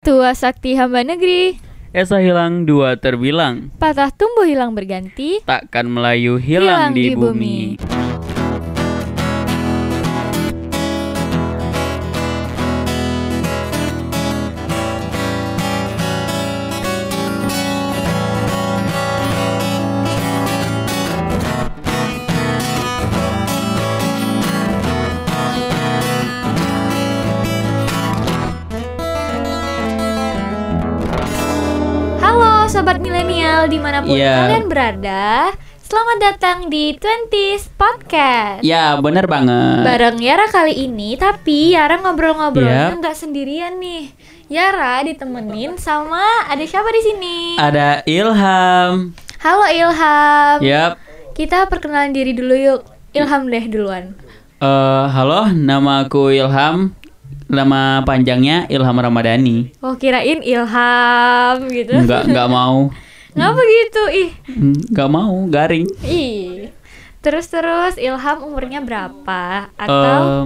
Tua sakti hamba negeri, Esa hilang dua terbilang, patah tumbuh hilang berganti, takkan Melayu hilang di bumi. Halo Sobat Milenial dimanapun Iya. kalian berada. Selamat datang di 20s Podcast Ya bener banget. bareng Yara kali ini. Tapi Yara ngobrol-ngobrolnya Yap. nggak sendirian nih. Yara ditemenin sama ada siapa di sini? Ada Ilham. Halo Ilham. Yap. Kita perkenalan diri dulu yuk. Ilham deh duluan. Halo, nama aku Ilham. Nama panjangnya Ilham Ramadhani. Oh kirain Ilham gitu. Nggak mau. Ngapa gitu? Nggak mau, garing. Ih. Terus Ilham umurnya berapa? Atau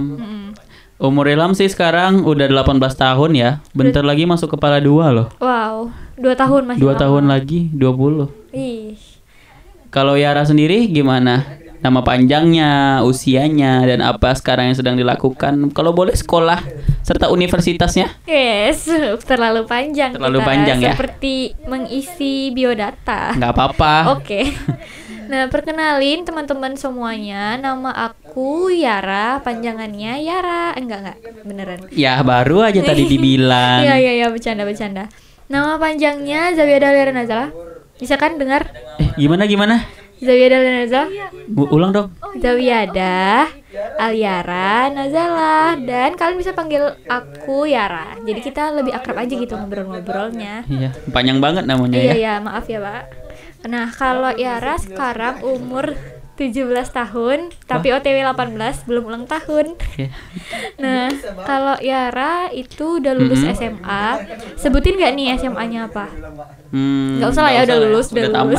Umur Ilham sih sekarang udah 18 tahun ya. Bentar lagi masuk kepala 2 loh. wow, 2 tahun masih 2 lama. tahun lagi 20. Ih. Kalau Yara sendiri gimana? Nama panjangnya, usianya, dan apa sekarang yang sedang dilakukan? Kalau boleh sekolah serta universitasnya? Yes, terlalu panjang. Terlalu kita, panjang ya? Seperti mengisi biodata. Nggak apa-apa. Oke. Nah, perkenalin teman-teman semuanya. Nama aku Yara, panjangannya Yara. Enggak, beneran. Ya baru aja tadi dibilang. Iya, bercanda. Nama panjangnya Zawiada Aliara Nazala. Bisa kan dengar? Gimana? Zawiada Aliara Nazala. Ulang dong. Zawiada Aliara Nazala. Dan kalian bisa panggil aku Yara. Jadi kita lebih akrab aja gitu ngobrol-ngobrolnya. Iya, panjang banget namanya ya. Iya, maaf ya Pak. Nah, kalau Yara sekarang umur 17 tahun, tapi OTW 18, belum ulang tahun. Iya. Nah, kalau Yara itu udah lulus SMA. Sebutin gak nih SMA-nya apa? Nggak usah lah ya, udah lulus. tamat.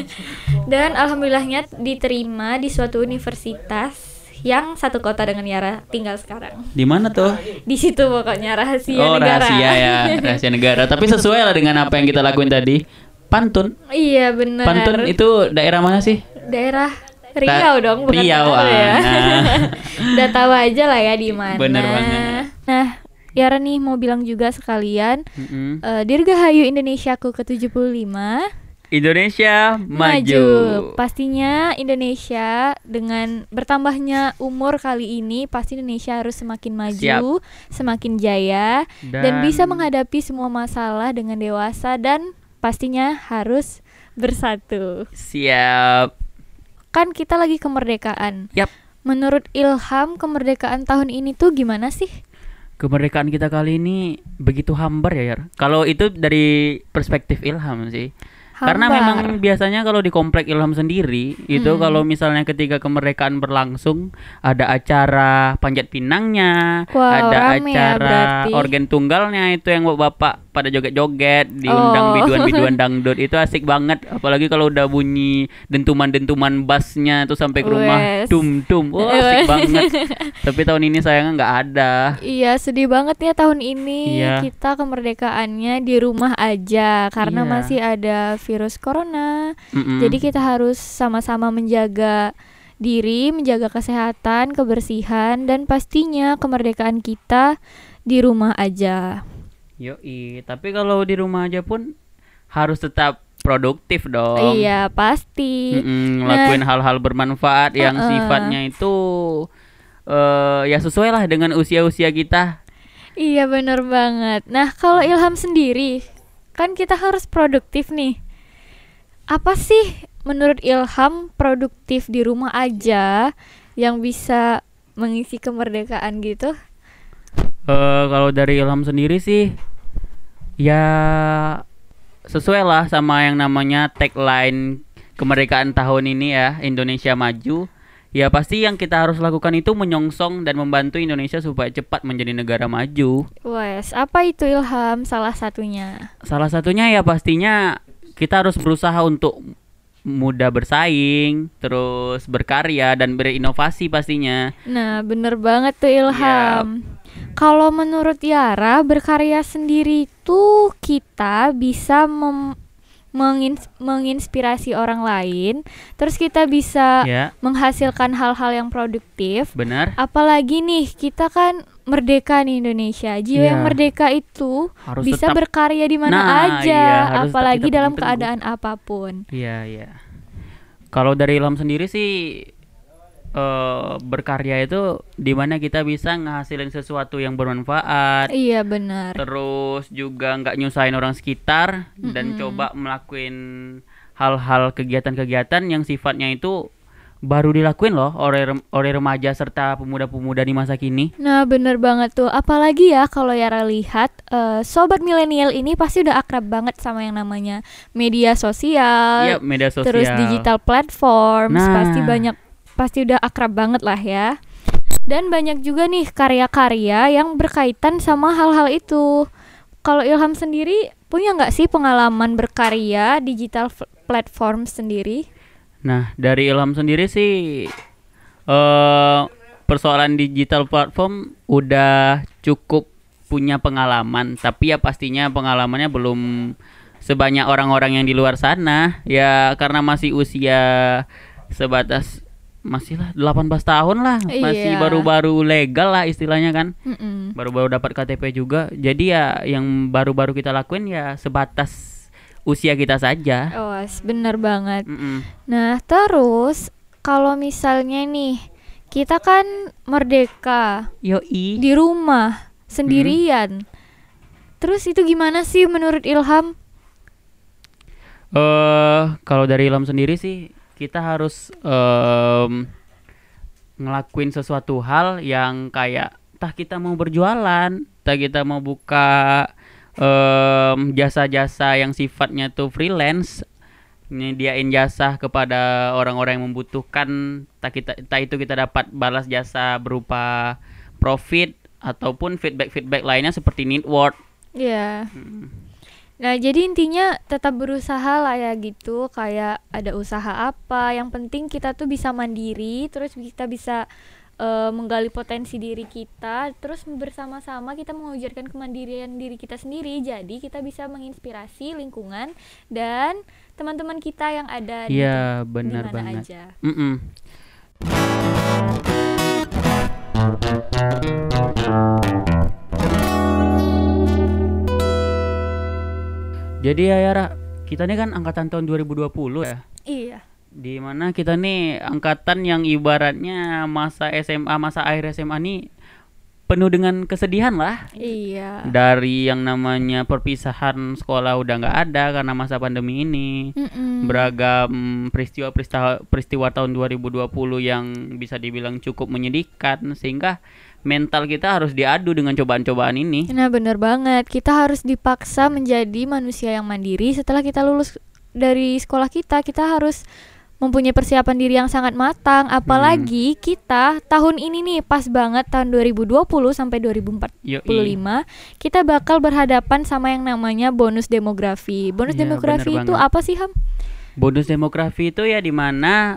Dan alhamdulillahnya diterima di suatu universitas yang satu kota dengan Yara tinggal sekarang. Di mana tuh? Di situ pokoknya rahasia negara. Rahasia ya, rahasia negara. Tapi sesuai lah dengan apa yang kita lakuin tadi. Pantun. Iya benar. Pantun itu daerah mana sih? Daerah Riau dong, bukan Riau, Manado ya. nah. Udah tahu aja lah ya di mana. Bener banget. Nah, Yara nih mau bilang juga sekalian, Mm-mm. Dirgahayu Indonesiaku ke-75 Indonesia maju. Pastinya Indonesia dengan bertambahnya umur kali ini pasti Indonesia harus semakin maju, semakin jaya dan bisa menghadapi semua masalah dengan dewasa dan pastinya harus bersatu. Siap. Kan kita lagi kemerdekaan. Yap. Menurut Ilham, kemerdekaan tahun ini tuh gimana sih? Kemerdekaan kita kali ini begitu hambar ya, Yar. Kalau itu dari perspektif Ilham sih. Karena Hambar. memang biasanya kalau di komplek Ilham sendiri itu kalau misalnya ketika kemerdekaan berlangsung ada acara panjat pinangnya, Wow, ada rame ya acara berarti. organ tunggalnya itu yang bapak pada joget-joget, diundang biduan-biduan dangdut itu asik banget. Apalagi kalau udah bunyi dentuman-dentuman bassnya tuh sampai ke rumah, Wes. tum-tum, wah asik banget. Tapi tahun ini sayangnya nggak ada. Iya, sedih banget ya tahun ini. Iya. Kita kemerdekaannya di rumah aja karena Iya. masih ada virus corona. Mm-mm. Jadi kita harus sama-sama menjaga diri, menjaga kesehatan, kebersihan dan pastinya kemerdekaan kita di rumah aja. Yoi, tapi kalau di rumah aja pun harus tetap produktif dong. Iya, pasti. Ngelakuin hal-hal bermanfaat yang sifatnya itu ya sesuai lah dengan usia-usia kita. Iya, bener banget. Nah, kalau Ilham sendiri, kan kita harus produktif nih. Apa sih menurut Ilham produktif di rumah aja yang bisa mengisi kemerdekaan gitu? Kalau dari Ilham sendiri sih ya sesuai lah sama yang namanya tagline kemerdekaan tahun ini ya, Indonesia Maju. Ya pasti yang kita harus lakukan itu menyongsong dan membantu Indonesia supaya cepat menjadi negara maju. Wes, apa itu Ilham salah satunya? Salah satunya ya pastinya kita harus berusaha untuk mudah bersaing, terus berkarya dan berinovasi pastinya. Nah, bener banget tuh Ilham. Kalau menurut Yara, berkarya sendiri itu kita bisa menginspirasi orang lain, terus kita bisa menghasilkan hal-hal yang produktif. Benar. Apalagi nih kita kan merdeka nih Indonesia. Jiwa yang merdeka itu harus bisa berkarya di mana aja, apalagi dalam keadaan apapun. Iya. Kalau dari Ilham sendiri sih berkarya itu dimana kita bisa ngehasilin sesuatu yang bermanfaat. Iya benar. Terus juga nggak nyusahin orang sekitar dan coba melakukan hal-hal kegiatan-kegiatan yang sifatnya itu baru dilakuin loh oleh remaja serta pemuda-pemuda di masa kini. Nah bener banget tuh. Apalagi ya kalau Yara lihat sobat milenial ini pasti udah akrab banget sama yang namanya media sosial. Iya, media sosial. Terus digital platform. Pasti udah akrab banget lah ya. Dan banyak juga nih karya-karya yang berkaitan sama hal-hal itu. Kalau Ilham sendiri punya nggak sih pengalaman berkarya digital platform sendiri? Nah dari Ilham sendiri sih persoalan digital platform udah cukup punya pengalaman. Tapi ya pastinya pengalamannya belum sebanyak orang-orang yang di luar sana. Ya karena masih usia sebatas masih lah 18 tahun lah, masih baru-baru legal lah istilahnya kan. Baru-baru dapat KTP juga. Jadi ya yang baru-baru kita lakuin ya sebatas usia kita saja. Oh, bener banget. Nah, terus kalau misalnya nih kita kan merdeka, di rumah sendirian. Terus itu gimana sih menurut Ilham? Kalau dari Ilham sendiri sih kita harus ngelakuin sesuatu hal yang kayak entah kita mau berjualan, entah kita mau buka jasa-jasa yang sifatnya tuh freelance, nyediain jasa kepada orang-orang yang membutuhkan, entah itu kita dapat balas jasa berupa profit ataupun feedback lainnya seperti network. Iya. Nah jadi intinya tetap berusaha lah ya gitu, kayak ada usaha apa, yang penting kita tuh bisa mandiri, terus kita bisa menggali potensi diri kita, terus bersama-sama kita mewujudkan kemandirian diri kita sendiri, jadi kita bisa menginspirasi lingkungan dan teman-teman kita yang ada di mana aja. Jadi ya Yara, kita ini kan angkatan tahun 2020 ya. Iya. Di mana kita nih angkatan yang ibaratnya masa SMA, masa akhir SMA nih penuh dengan kesedihan lah. Iya. Dari yang namanya perpisahan sekolah udah nggak ada karena masa pandemi ini. Beragam peristiwa tahun 2020 yang bisa dibilang cukup menyedihkan, sehingga mental kita harus diadu dengan cobaan-cobaan ini. Nah benar banget, kita harus dipaksa menjadi manusia yang mandiri. Setelah kita lulus dari sekolah kita harus mempunyai persiapan diri yang sangat matang. Apalagi kita tahun ini nih pas banget tahun 2020 sampai 2045 kita bakal berhadapan sama yang namanya bonus demografi. Bonus demografi itu apa sih Ham? Bonus demografi itu ya dimana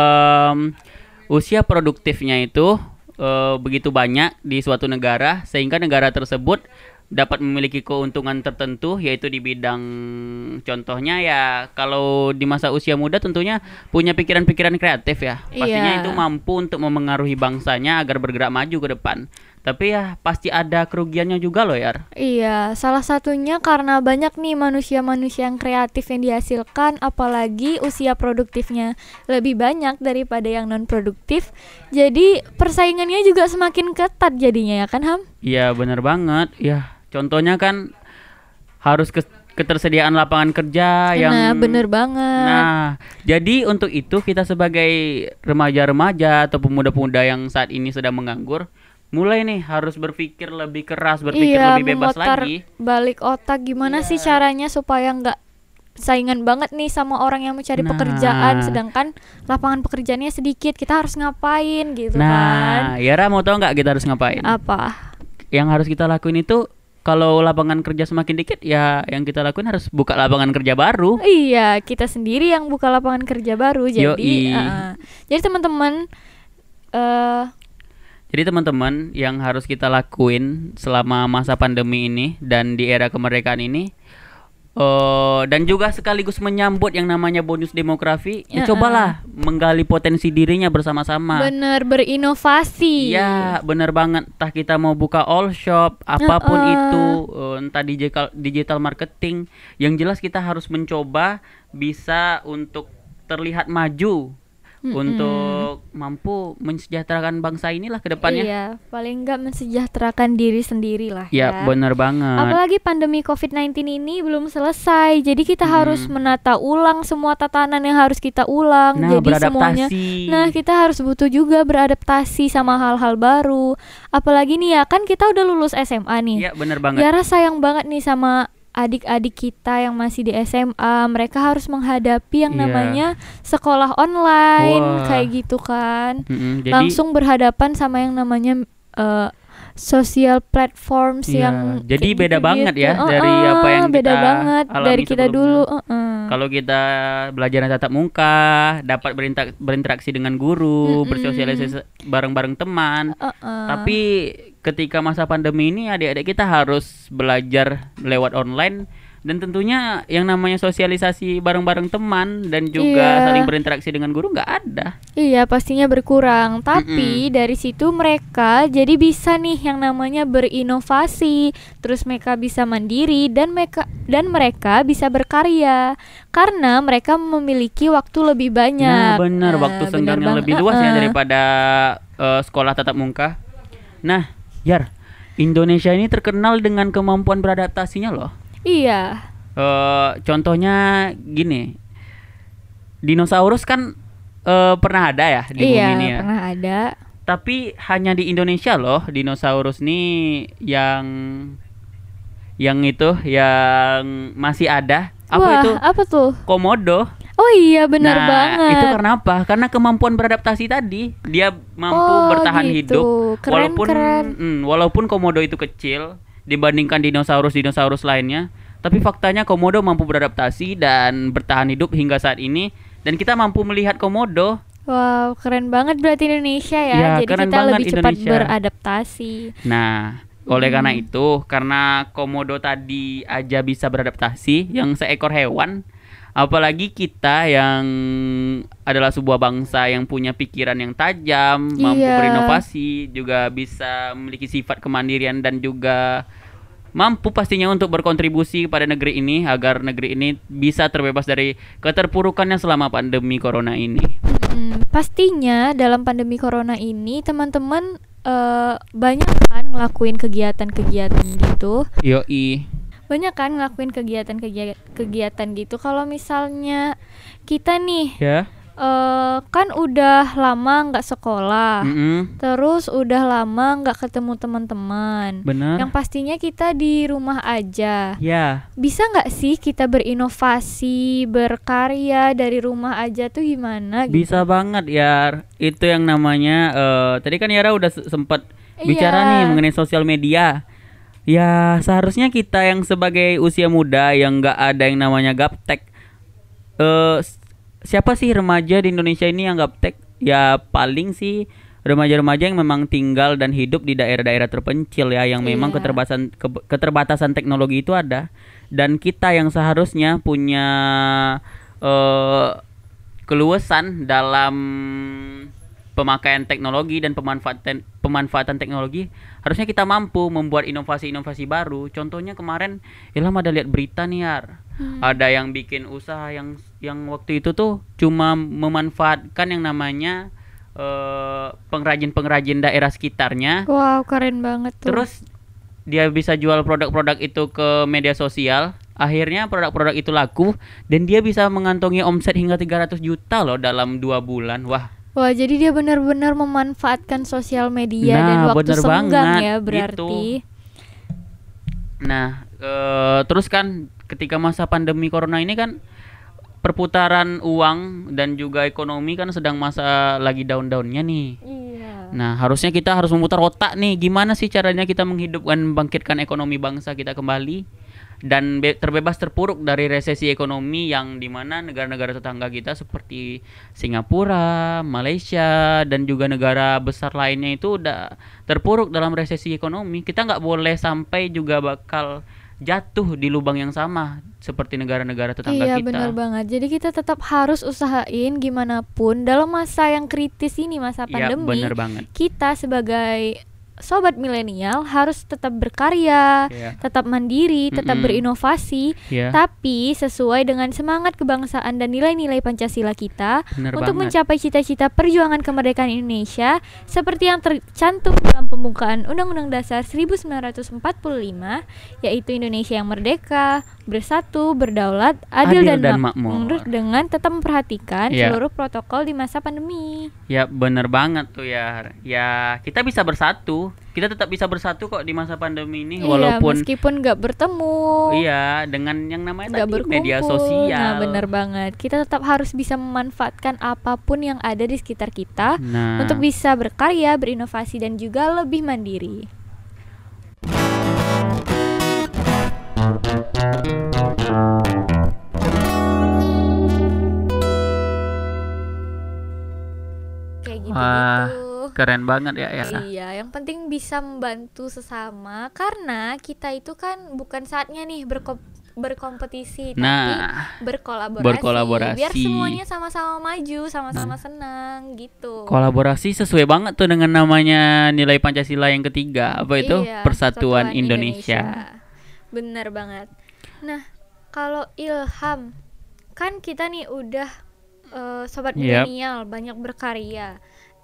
usia produktifnya itu begitu banyak di suatu negara, sehingga negara tersebut dapat memiliki keuntungan tertentu, yaitu di bidang, contohnya ya kalau di masa usia muda tentunya punya pikiran-pikiran kreatif ya, pastinya itu mampu untuk memengaruhi bangsanya agar bergerak maju ke depan. Tapi ya pasti ada kerugiannya juga loh Yar. Iya, salah satunya karena banyak nih manusia-manusia yang kreatif yang dihasilkan, apalagi usia produktifnya lebih banyak daripada yang non produktif. Jadi persaingannya juga semakin ketat jadinya ya kan Ham? Iya benar banget. Ya contohnya kan harus ketersediaan lapangan kerja yang bener banget. Nah, jadi untuk itu kita sebagai remaja-remaja atau pemuda-pemuda yang saat ini sedang menganggur, mulai nih harus berpikir lebih keras, berpikir lebih bebas lagi. Balik otak gimana sih caranya supaya nggak saingan banget nih sama orang yang mencari pekerjaan, sedangkan lapangan pekerjaannya sedikit. Kita harus ngapain gitu kan? Nah, Yara mau tahu nggak kita harus ngapain? Apa? Yang harus kita lakuin itu, kalau lapangan kerja semakin dikit, ya yang kita lakuin harus buka lapangan kerja baru. Iya, kita sendiri yang buka lapangan kerja baru. Jadi teman-teman Jadi teman-teman, yang harus kita lakuin selama masa pandemi ini dan di era kemerdekaan ini, dan juga sekaligus menyambut yang namanya bonus demografi, ya cobalah menggali potensi dirinya bersama-sama. Bener, berinovasi. Ya, bener banget. Entah kita mau buka all shop, apapun itu, entah digital marketing, yang jelas kita harus mencoba bisa untuk terlihat maju. Untuk mampu mensejahterakan bangsa inilah ke depannya. Iya, paling enggak mensejahterakan diri sendiri lah ya. Ya, benar banget. Apalagi pandemi COVID-19 ini belum selesai. Jadi kita harus menata ulang semua tatanan yang harus kita ulang. Nah, jadi semuanya. Nah, kita harus butuh juga beradaptasi sama hal-hal baru. Apalagi nih ya, kan kita udah lulus SMA nih. Iya, benar banget. Yara sayang banget nih sama adik-adik kita yang masih di SMA, mereka harus menghadapi yang namanya sekolah online. Kayak gitu kan. Jadi, langsung berhadapan sama yang namanya social platforms yang jadi beda banget ya dari apa yang beda kita banget alami dari kita dulu. Kalau kita belajar tatap muka, dapat berinteraksi dengan guru, bersosialisasi bareng-bareng teman. Tapi ketika masa pandemi ini, adik-adik kita harus belajar lewat online. Dan tentunya yang namanya sosialisasi bareng-bareng teman dan juga saling berinteraksi dengan guru nggak ada. Iya, pastinya berkurang. Tapi dari situ mereka jadi bisa nih yang namanya berinovasi. Terus mereka bisa mandiri dan mereka bisa berkarya karena mereka memiliki waktu lebih banyak. Nah, benar, waktu senggang yang lebih luas ya daripada sekolah tatap muka. Nah, Yar, Indonesia ini terkenal dengan kemampuan beradaptasinya loh. Iya. Contohnya gini, dinosaurus kan pernah ada ya di bumi ini ya. Pernah ada. Tapi hanya di Indonesia loh dinosaurus nih yang masih ada. Apa tuh? Komodo. Oh iya, benar banget. Itu karena apa? Karena kemampuan beradaptasi tadi. Dia mampu bertahan hidup. Walaupun komodo itu kecil dibandingkan dinosaurus lainnya, tapi faktanya komodo mampu beradaptasi dan bertahan hidup hingga saat ini, dan kita mampu melihat komodo. Wow, keren banget berarti Indonesia ya. Jadi kita lebih cepat beradaptasi. Nah, oleh karena itu, karena komodo tadi aja bisa beradaptasi, yang seekor hewan, apalagi kita yang adalah sebuah bangsa yang punya pikiran yang tajam, mampu berinovasi, juga bisa memiliki sifat kemandirian dan juga mampu pastinya untuk berkontribusi pada negeri ini agar negeri ini bisa terbebas dari keterpurukannya selama pandemi corona ini. Pastinya dalam pandemi corona ini teman-teman banyak kan ngelakuin kegiatan-kegiatan gitu. Yoi. Banyak kan ngelakuin kegiatan gitu. Kalau misalnya kita nih kan udah lama nggak sekolah, terus udah lama nggak ketemu teman-teman. Bener. Yang pastinya kita di rumah aja. Ya. Bisa nggak sih kita berinovasi, berkarya dari rumah aja tuh gimana? Gitu? Bisa banget ya. Itu yang namanya tadi kan Yara udah sempat bicara nih mengenai sosial media. Ya, seharusnya kita yang sebagai usia muda yang nggak ada yang namanya gaptek. Siapa sih remaja di Indonesia ini yang gaptek? Ya paling sih remaja-remaja yang memang tinggal dan hidup di daerah-daerah terpencil ya, yang memang keterbatasan teknologi itu ada. Dan kita yang seharusnya punya keluasan dalam pemakaian teknologi dan pemanfaatan teknologi, harusnya kita mampu membuat inovasi-inovasi baru. Contohnya kemarin Ilham ada lihat berita nih Yar, ada yang bikin usaha yang waktu itu tuh cuma memanfaatkan yang namanya pengrajin-pengrajin daerah sekitarnya. Wow, keren banget tuh. Terus dia bisa jual produk-produk itu ke media sosial. Akhirnya produk-produk itu laku dan dia bisa mengantongi omset hingga 300 juta loh dalam 2 bulan. Wah, jadi dia benar-benar memanfaatkan sosial media dan waktu senggang ya berarti. Gitu. Nah, terus kan ketika masa pandemi corona ini kan perputaran uang dan juga ekonomi kan sedang masa lagi down-downnya nih. Iya. Nah, harusnya kita harus memutar otak nih, gimana sih caranya kita menghidupkan, bangkitkan ekonomi bangsa kita kembali. dan terbebas terpuruk dari resesi ekonomi yang dimana negara-negara tetangga kita seperti Singapura, Malaysia, dan juga negara besar lainnya itu udah terpuruk dalam resesi ekonomi. Kita nggak boleh sampai juga bakal jatuh di lubang yang sama seperti negara-negara tetangga Iya, kita. benar banget. Jadi kita tetap harus usahain gimana pun dalam masa yang kritis ini, masa Iya, pandemi. benar banget. Kita sebagai sobat milenial harus tetap berkarya, Iya. tetap mandiri, tetap berinovasi, Iya. tapi sesuai dengan semangat kebangsaan dan nilai-nilai Pancasila kita Benar untuk banget. mencapai cita-cita perjuangan kemerdekaan Indonesia seperti yang tercantum dalam pembukaan Undang-Undang Dasar 1945, yaitu Indonesia yang merdeka, bersatu, berdaulat, adil dan makmur, dengan tetap memperhatikan Iya. seluruh protokol di masa pandemi. Ya bener banget tuh ya. Ya kita bisa bersatu. Kita tetap bisa bersatu kok di masa pandemi ini, Iya, walaupun meskipun nggak bertemu, iya dengan yang namanya nggak tadi berkumpul. media sosial. Nah, bener banget. Kita tetap harus bisa memanfaatkan apapun yang ada di sekitar kita Nah, untuk bisa berkarya, berinovasi, dan juga lebih mandiri. Kayak wah, gitu-gitu. keren banget ya ya. Iya, yang penting bisa membantu sesama karena kita itu kan bukan saatnya nih berkompetisi, tapi Nah, berkolaborasi. Biar semuanya sama-sama maju, sama-sama senang gitu. kolaborasi sesuai banget tuh dengan namanya nilai Pancasila yang ketiga. Apa itu? Iya, Persatuan Indonesia. Bener banget. Nah, kalau Ilham, kan kita nih udah sobat Yap. milenial banyak berkarya.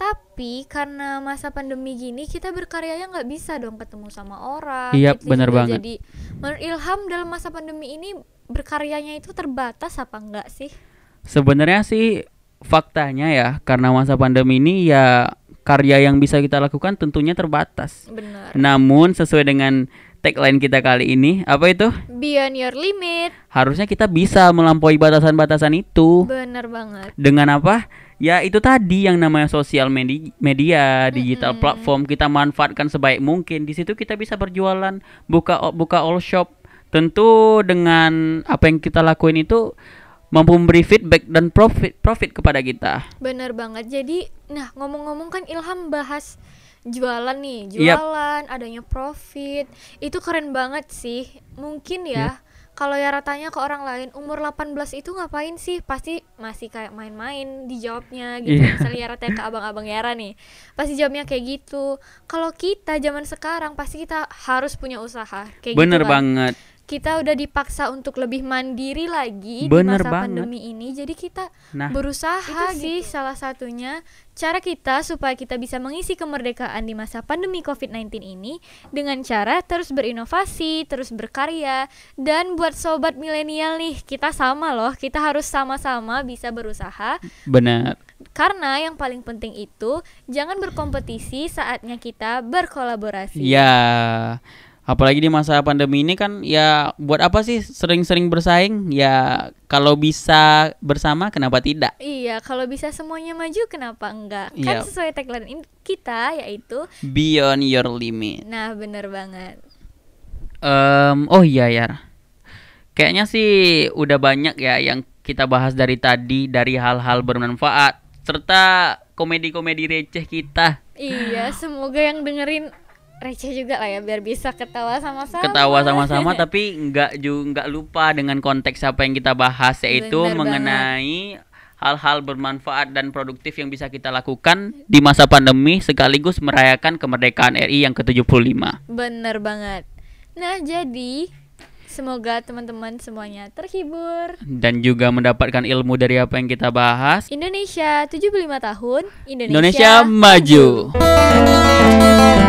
Tapi karena masa pandemi gini kita berkaryanya nggak bisa dong ketemu sama orang. Yap, Kita bener juga banget. Jadi menurut Ilham dalam masa pandemi ini berkaryanya itu terbatas apa enggak sih? Sebenarnya sih faktanya ya, karena masa pandemi ini ya karya yang bisa kita lakukan tentunya terbatas. Bener. Namun sesuai dengan tagline kita kali ini, apa itu? Beyond your limit. Harusnya kita bisa melampaui batasan-batasan itu. Bener banget. Dengan apa? Ya itu tadi yang namanya sosial media, digital platform kita manfaatkan sebaik mungkin. Di situ kita bisa berjualan, buka all shop. Tentu dengan apa yang kita lakuin itu mampu memberi feedback dan profit kepada kita. Bener banget. Jadi, nah ngomong-ngomong kan Ilham bahas jualan nih, Yap. jualan, adanya profit. Itu keren banget sih. Mungkin ya, kalau Yara tanya ke orang lain, umur 18 itu ngapain sih? Pasti masih kayak main-main dijawabnya gitu. Iya. Misalnya Yara tanya ke abang-abang Yara nih, pasti jawabnya kayak gitu. Kalau kita zaman sekarang pasti kita harus punya usaha kayak Bener gitu kan. banget. Kita udah dipaksa untuk lebih mandiri lagi Bener di masa banget. pandemi ini. Jadi kita Nah, berusaha itu sih salah satunya cara kita supaya kita bisa mengisi kemerdekaan di masa pandemi COVID-19 ini dengan cara terus berinovasi, terus berkarya. Dan buat sobat milenial nih, kita sama loh, kita harus sama-sama bisa berusaha. benar. Karena yang paling penting itu jangan berkompetisi, saatnya kita berkolaborasi. Ya, apalagi di masa pandemi ini kan ya buat apa sih sering-sering bersaing? Ya kalau bisa bersama kenapa tidak? Iya, kalau bisa semuanya maju kenapa enggak? Iya. Kan sesuai tagline kita yaitu Beyond your limit. nah bener banget. Oh iya ya. Kayaknya sih udah banyak ya yang kita bahas dari tadi, dari hal-hal bermanfaat serta komedi-komedi receh kita. Iya, semoga yang dengerin receh juga lah ya biar bisa ketawa sama-sama. Ketawa sama-sama tapi nggak lupa dengan konteks apa yang kita bahas, yaitu Bener mengenai hal-hal bermanfaat dan produktif yang bisa kita lakukan di masa pandemi sekaligus merayakan kemerdekaan RI yang ke-75. Bener banget. Nah, jadi semoga teman-teman semuanya terhibur. Dan juga mendapatkan ilmu dari apa yang kita bahas. Indonesia 75 tahun, Indonesia maju.